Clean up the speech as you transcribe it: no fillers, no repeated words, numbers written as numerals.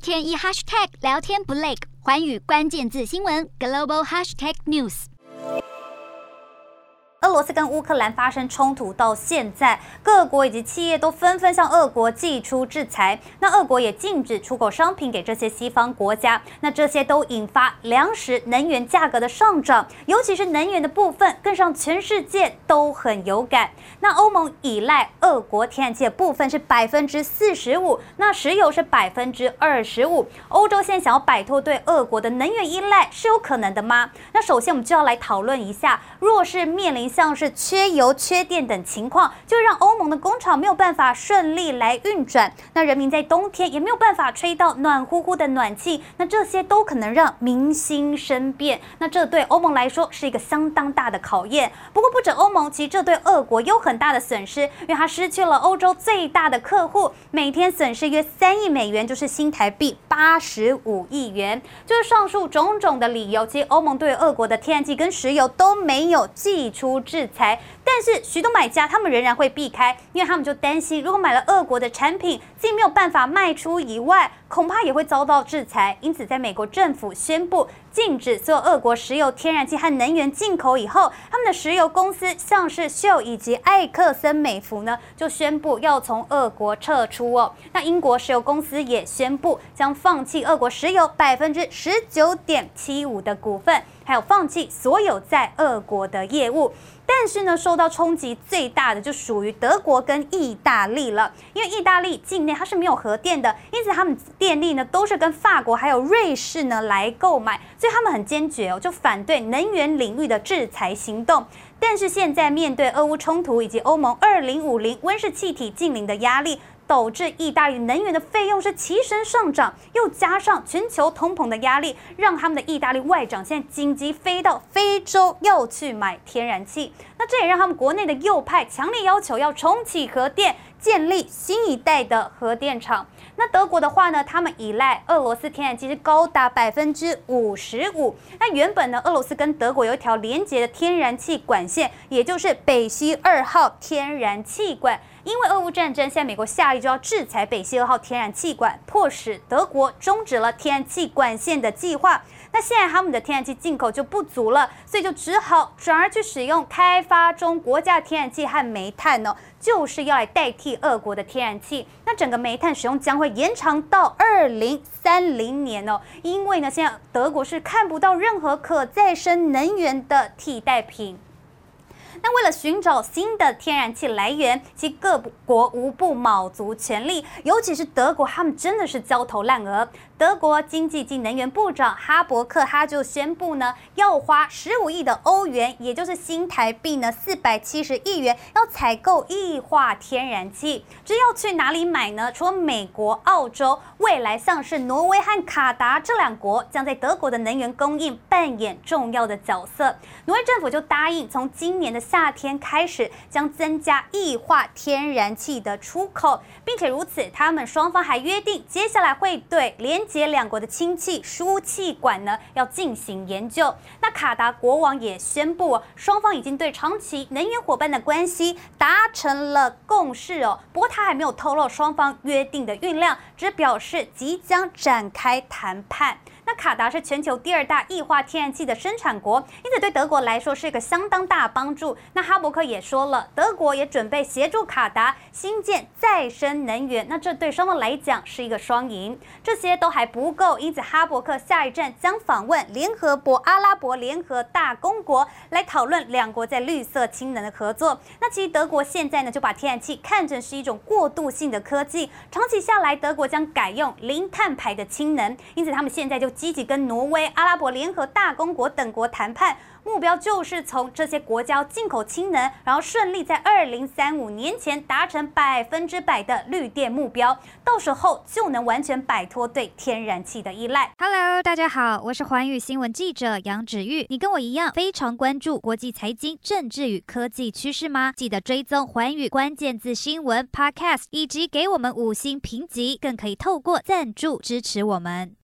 天一 hashtag 聊天不累，寰宇关键字新闻 global hashtag news。 俄罗斯跟乌克兰发生冲突到现在，各国以及企业都纷纷向俄国祭出制裁。那俄国也禁止出口商品给这些西方国家。那这些都引发粮食、能源价格的上涨，尤其是能源的部分，更让全世界都很有感。那欧盟依赖俄国天然气的部分是45%，那石油是25%。欧洲现在想要摆脱对俄国的能源依赖，是有可能的吗？那首先我们就要来讨论一下，若是面临像是缺油、缺电等情况，就让欧盟的工厂没有办法顺利来运转，那人民在冬天也没有办法吹到暖乎乎的暖气，那这些都可能让民心生变，那这对欧盟来说是一个相当大的考验。不过不止欧盟，其实这对俄国有很大的损失，因为它失去了欧洲最大的客户，每天损失约3亿美元，就是新台币85亿元。就是上述种种的理由，其实欧盟对俄国的天然气跟石油都没有祭出制裁，但是许多买家他们仍然会避开，因为他们就担心，如果买了俄国的产品，自己没有办法卖出以外，恐怕也会遭到制裁。因此，在美国政府宣布禁止所有俄国石油、天然气和能源进口以后，他们的石油公司像是秀以及艾克森美孚呢，就宣布要从俄国撤出哦。那英国石油公司也宣布将放弃俄国石油19.75%的股份，还有放弃所有在俄国的业务。但是呢，受到冲击最大的就属于德国跟意大利了，因为意大利境内它是没有核电的，因此他们电力呢都是跟法国还有瑞士呢来购买，所以他们很坚决哦，就反对能源领域的制裁行动。但是现在面对俄乌冲突以及欧盟2050温室气体净零的压力，导致意大利能源的费用是齐声上涨，又加上全球通膨的压力，让他们的意大利外长现在紧急飞到非洲要去买天然气。那这也让他们国内的右派强烈要求要重启核电，建立新一代的核电厂。那德国的话呢，他们依赖俄罗斯天然气是高达55%。那原本呢，俄罗斯跟德国有一条连接的天然气管线，也就是北溪2号天然气管。因为俄乌战争，现在美国下令就要制裁北溪2号天然气管，迫使德国终止了天然气管线的计划。那现在他们的天然气进口就不足了，所以就只好转而去使用开发中国家天然气和煤炭哦，就是要来代替俄国的天然气。那整个煤炭使用将会延长到2030年哦，因为呢，现在德国是看不到任何可再生能源的替代品。那为了寻找新的天然气来源，其各国无不卯足全力，尤其是德国，他们真的是焦头烂额。德国经济及能源部长哈伯克他就宣布呢，要花15亿的欧元，也就是新台币呢470亿元，要采购液化天然气。至于要去哪里买呢？除了美国、澳洲，未来像是挪威和卡达这2国，将在德国的能源供应扮演重要的角色。挪威政府就答应从今年的夏天开始，将增加液化天然气的出口，并且如此，他们双方还约定，接下来会对连接2国的氢气输气管呢要进行研究。那卡达国王也宣布，双方已经对长期能源伙伴的关系达成了共识哦。不过他还没有透露双方约定的运量，只表示即将展开谈判。那卡达是全球第2大液化天然气的生产国，因此对德国来说是一个相当大的帮助。那哈伯克也说了，德国也准备协助卡达新建再生能源，那这对双方来讲是一个双赢。这些都还不够，因此哈伯克下一站将访问联合国阿拉伯联合大公国，来讨论2国在绿色氢能的合作。那其实德国现在呢就把天然气看成是一种过渡性的科技，长期下来德国将改用零碳排的氢能，因此他们现在就积极跟挪威、阿拉伯联合大公国等国谈判，目标就是从这些国家进口氢能，然后顺利在2035年前达成100%的绿电目标，到时候就能完全摆脱对天然气的依赖。 Hello， 大家好，我是寰宇新闻记者杨芷玉。你跟我一样非常关注国际财经、政治与科技趋势吗？记得追踪寰宇关键字新闻 Podcast， 以及给我们5星评级，更可以透过赞助支持我们。